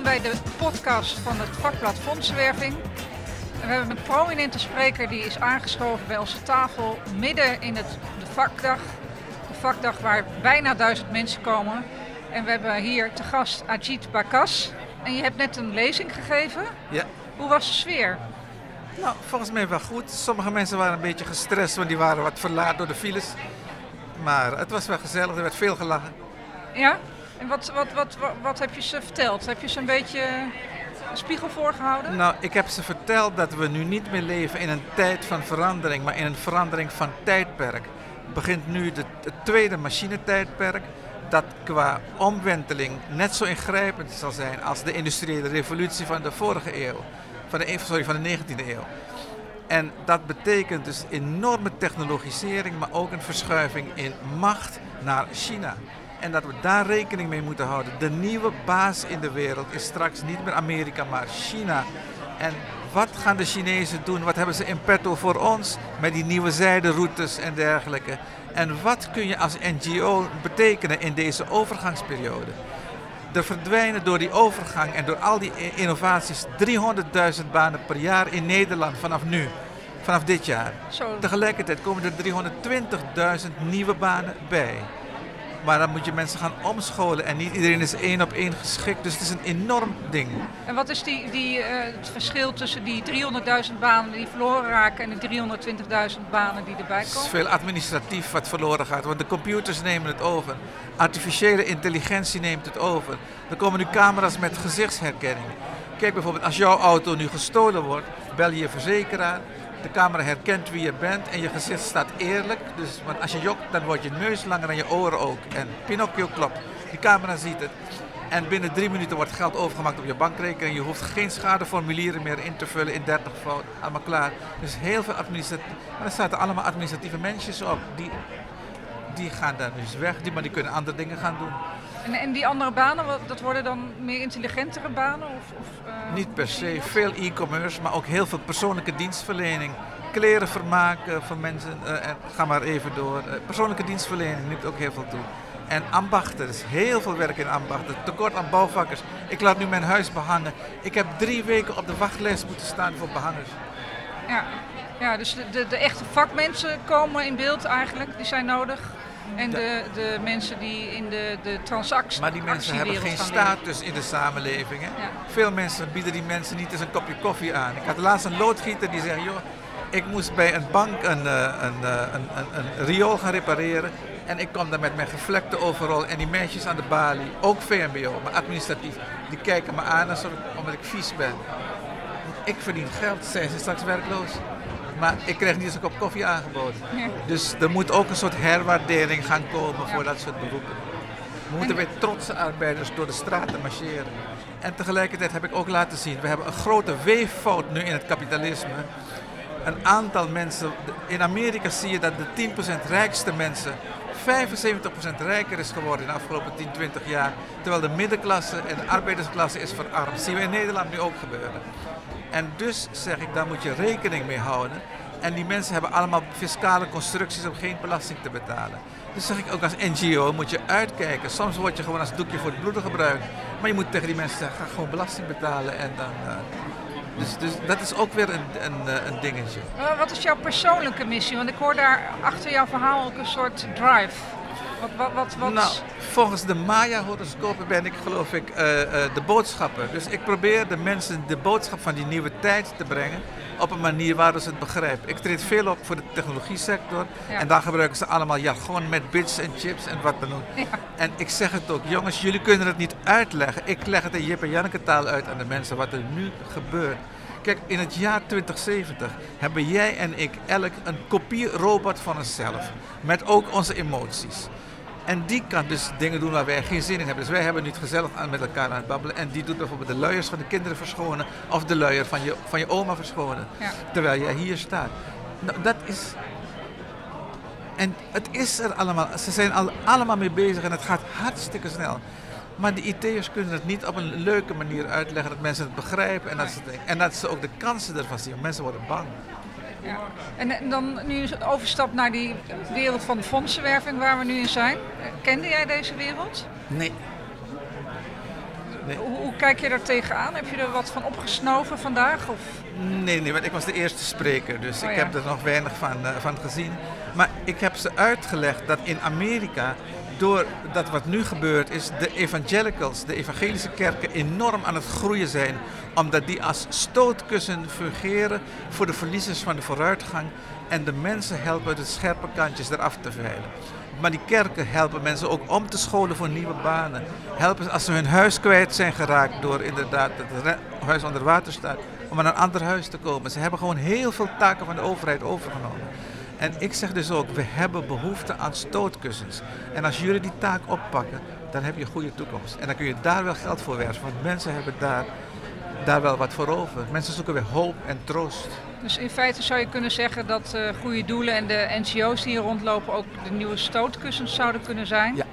bij de podcast van het vakblad Fondsenwerving. En we hebben een prominente spreker die is aangeschoven bij onze tafel midden in de vakdag. De vakdag waar bijna 1000 mensen komen. En we hebben hier te gast Ajit Bakas. En je hebt net een lezing gegeven. Ja. Hoe was de sfeer? Nou, volgens mij wel goed. Sommige mensen waren een beetje gestrest, want die waren wat verlaat door de files. Maar het was wel gezellig, er werd veel gelachen. Ja? En wat heb je ze verteld? Heb je ze een beetje een spiegel voorgehouden? Nou, ik heb ze verteld dat we nu niet meer leven in een tijd van verandering, maar in een verandering van tijdperk. Het begint nu het tweede machinetijdperk, dat qua omwenteling net zo ingrijpend zal zijn als de industriële revolutie van de vorige eeuw. Van de 19e eeuw. En dat betekent dus enorme technologisering, maar ook een verschuiving in macht naar China. En dat we daar rekening mee moeten houden. De nieuwe baas in de wereld is straks niet meer Amerika, maar China. En wat gaan de Chinezen doen? Wat hebben ze in petto voor ons met die nieuwe zijderoutes en dergelijke? En wat kun je als NGO betekenen in deze overgangsperiode? Er verdwijnen door die overgang en door al die innovaties 300.000 banen per jaar in Nederland vanaf dit jaar. Zo. Tegelijkertijd komen er 320.000 nieuwe banen bij. Maar dan moet je mensen gaan omscholen en niet iedereen is 1 op 1 geschikt. Dus het is een enorm ding. En wat is het verschil tussen die 300.000 banen die verloren raken en de 320.000 banen die erbij Het is komen? veel administratief wat verloren gaat, want de computers nemen het over. Artificiële intelligentie neemt het over. Er komen nu camera's met gezichtsherkenning. Kijk bijvoorbeeld, als jouw auto nu gestolen wordt, bel je je verzekeraar. De camera herkent wie je bent en je gezicht staat eerlijk. Want als je jokt, dan wordt je neus langer dan je oren ook. En Pinocchio klopt. Die camera ziet het. En binnen 3 minuten wordt geld overgemaakt op je bankrekening. Je hoeft geen schadeformulieren meer in te vullen in 30 fout. Allemaal klaar. Dus heel veel administratief. Maar er zaten allemaal administratieve mensjes op. Die gaan daar dus weg. Maar die kunnen andere dingen gaan doen. En die andere banen, dat worden dan meer intelligentere banen? Niet per se. Veel e-commerce, maar ook heel veel persoonlijke dienstverlening. Kleren vermaken voor mensen. Ga maar even door. Persoonlijke dienstverlening neemt ook heel veel toe. En ambachten, er is heel veel werk in ambachten. Tekort aan bouwvakkers. Ik laat nu mijn huis behangen. Ik heb 3 weken op de wachtlijst moeten staan voor behangers. Ja, dus de echte vakmensen komen in beeld eigenlijk, die zijn nodig. En de mensen die in de transactie. Maar die mensen hebben geen status in de samenleving. Hè? Ja. Veel mensen bieden die mensen niet eens een kopje koffie aan. Ik had laatst een loodgieter die zei, joh, ik moest bij een bank een riool gaan repareren. En ik kwam daar met mijn gevlekte overal en die meisjes aan de balie, ook VMBO, maar administratief, die kijken me aan omdat ik vies ben. Ik verdien geld, zijn ze straks werkloos. Maar ik krijg niet eens een kop koffie aangeboden. Ja. Dus er moet ook een soort herwaardering gaan komen voor dat soort beroepen. We moeten weer trotse arbeiders door de straten marcheren. En tegelijkertijd heb ik ook laten zien, we hebben een grote weeffout nu in het kapitalisme. Een aantal mensen, in Amerika zie je dat de 10% rijkste mensen 75% rijker is geworden in de afgelopen 10, 20 jaar. Terwijl de middenklasse en de arbeidersklasse is verarmd. Dat zien we in Nederland nu ook gebeuren. En dus zeg ik, daar moet je rekening mee houden. En die mensen hebben allemaal fiscale constructies om geen belasting te betalen. Dus zeg ik ook als NGO moet je uitkijken. Soms word je gewoon als doekje voor het bloeden gebruikt. Maar je moet tegen die mensen zeggen, ga gewoon belasting betalen. En dan, dus dat is ook weer een dingetje. Wat is jouw persoonlijke missie? Want ik hoor daar achter jouw verhaal ook een soort drive. Wat... Nou, volgens de Maya-horoscopen ben ik geloof ik de boodschapper. Dus ik probeer de mensen de boodschap van die nieuwe tijd te brengen op een manier waar ze het begrijpen. Ik treed veel op voor de technologie-sector en daar gebruiken ze allemaal jargon met bits en chips en wat dan ook. Ja. En ik zeg het ook, jongens, jullie kunnen het niet uitleggen. Ik leg het in Jip en Janneke taal uit aan de mensen wat er nu gebeurt. Kijk, in het jaar 2070 hebben jij en ik elk een kopierobot van onszelf. Met ook onze emoties. En die kan dus dingen doen waar wij geen zin in hebben. Dus wij hebben nu het gezellig met elkaar aan het babbelen. En die doet bijvoorbeeld de luiers van de kinderen verschonen. Of de luier van je oma verschonen. Ja. Terwijl jij hier staat. Nou, dat is... En het is er allemaal. Ze zijn allemaal mee bezig en het gaat hartstikke snel. Maar de IT'ers kunnen het niet op een leuke manier uitleggen. Dat mensen het begrijpen en dat ze ook de kansen ervan zien. Mensen worden bang. Ja. En dan nu overstap naar die wereld van de fondsenwerving waar we nu in zijn. Kende jij deze wereld? Nee. Nee. Hoe kijk je daar tegenaan? Heb je er wat van opgesnoven vandaag? Of? Nee, want ik was de eerste spreker, dus ik heb er nog weinig van gezien. Maar ik heb ze uitgelegd dat in Amerika, door dat wat nu gebeurt, is de evangelicals, de evangelische kerken, enorm aan het groeien zijn. Omdat die als stootkussen fungeren voor de verliezers van de vooruitgang. En de mensen helpen de scherpe kantjes eraf te veilen. Maar die kerken helpen mensen ook om te scholen voor nieuwe banen. Helpen als ze hun huis kwijt zijn geraakt door inderdaad dat het huis onder water staat, om aan een ander huis te komen. Ze hebben gewoon heel veel taken van de overheid overgenomen. En ik zeg dus ook, we hebben behoefte aan stootkussens. En als jullie die taak oppakken, dan heb je een goede toekomst. En dan kun je daar wel geld voor werven, want mensen hebben daar wel wat voor over. Mensen zoeken weer hoop en troost. Dus in feite zou je kunnen zeggen dat Goede Doelen en de NGO's die hier rondlopen ook de nieuwe stootkussens zouden kunnen zijn. Ja.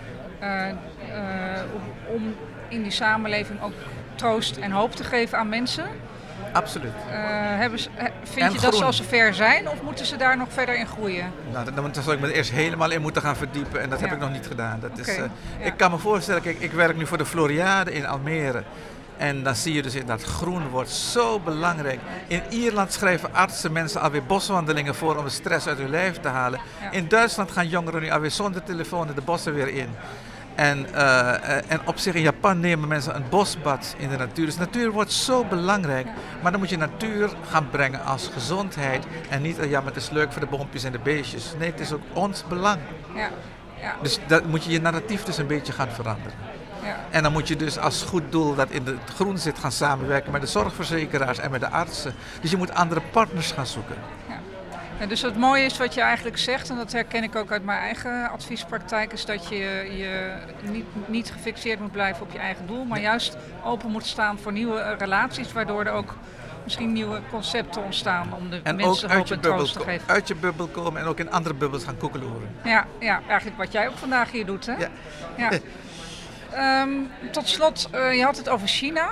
Om in die samenleving ook troost en hoop te geven aan mensen. Absoluut. Vind je dat ze al zover zijn of moeten ze daar nog verder in groeien? Nou, daar zou ik me eerst helemaal in moeten gaan verdiepen en dat heb ik nog niet gedaan. Ik kan me voorstellen, kijk, ik werk nu voor de Floriade in Almere. En dan zie je dus inderdaad, groen wordt zo belangrijk. In Ierland schrijven artsen mensen alweer boswandelingen voor om de stress uit hun lijf te halen. Ja. In Duitsland gaan jongeren nu alweer zonder telefoon de bossen weer in. En op zich in Japan nemen mensen een bosbad in de natuur. Dus natuur wordt zo belangrijk. Maar dan moet je natuur gaan brengen als gezondheid. En niet, ja, maar het is leuk voor de boompjes en de beestjes. Nee, het is ook ons belang. Ja. Ja. Dus dat moet je narratief dus een beetje gaan veranderen. Ja. En dan moet je dus als goed doel dat in het groen zit gaan samenwerken met de zorgverzekeraars en met de artsen. Dus je moet andere partners gaan zoeken. Ja. Ja, dus het mooie is wat je eigenlijk zegt, en dat herken ik ook uit mijn eigen adviespraktijk, is dat je niet gefixeerd moet blijven op je eigen doel, maar juist open moet staan voor nieuwe relaties, waardoor er ook misschien nieuwe concepten ontstaan om de en mensen hoop en troost te geven. Uit je bubbel komen en ook in andere bubbels gaan koekeloeren. Ja, eigenlijk wat jij ook vandaag hier doet, hè? Ja. Tot slot, je had het over China.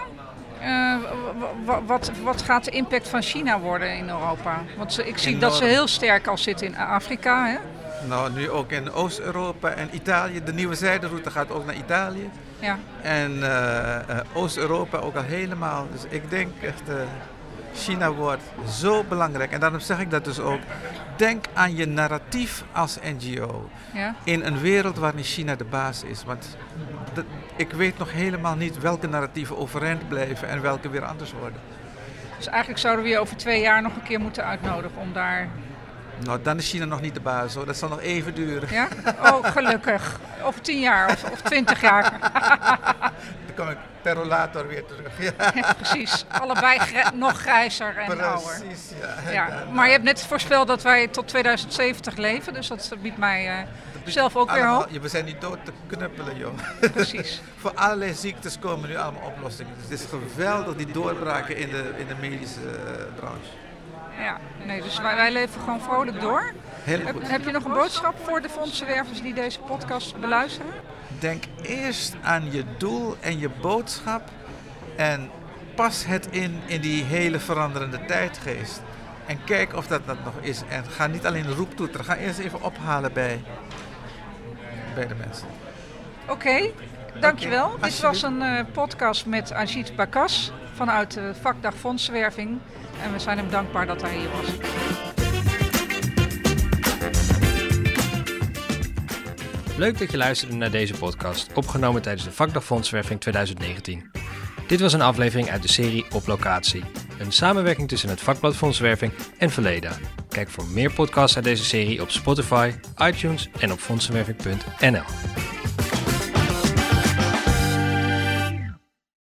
Wat gaat de impact van China worden in Europa? Want ik zie dat ze heel sterk al zitten in Afrika, hè? Nou, nu ook in Oost-Europa en Italië. De nieuwe zijderoute gaat ook naar Italië. Ja. En Oost-Europa ook al helemaal. Dus ik denk echt, China wordt zo belangrijk. En daarom zeg ik dat dus ook. Denk aan je narratief als NGO. Ja? In een wereld waarin China de baas is. Want ik weet nog helemaal niet welke narratieven overeind blijven en welke weer anders worden. Dus eigenlijk zouden we je over 2 jaar nog een keer moeten uitnodigen om daar... Nou, dan is China nog niet de baas hoor. Dat zal nog even duren. Ja? Oh, gelukkig. Over 10 jaar of 20 jaar. Dan kom ik per rollator weer terug. Ja, precies. Allebei nog grijzer en ouder. Precies, ja. Maar je hebt net voorspeld dat wij tot 2070 leven. Dus dat biedt mij zelf ook weer hoop. We zijn niet dood te knuppelen, joh. Precies. Voor allerlei ziektes komen nu allemaal oplossingen. Dus het is geweldig, die doorbraken in de medische branche. Ja, nee, dus wij leven gewoon vrolijk door. Heb je nog een boodschap voor de fondsenwervers die deze podcast beluisteren? Denk eerst aan je doel en je boodschap en pas het in die hele veranderende tijdgeest. En kijk of dat nog is. En ga niet alleen roeptoeteren, ga eerst even ophalen bij de mensen. Oké, dankjewel. Okay, dit was een podcast met Ajit Bakas vanuit de vakdag Fondsenwerving. En we zijn hem dankbaar dat hij hier was. Leuk dat je luisterde naar deze podcast, opgenomen tijdens de Vakdag Fondsenwerving 2019. Dit was een aflevering uit de serie Op Locatie, een samenwerking tussen het vakblad Fondsenwerving en Verleda. Kijk voor meer podcasts uit deze serie op Spotify, iTunes en op fondsenwerving.nl.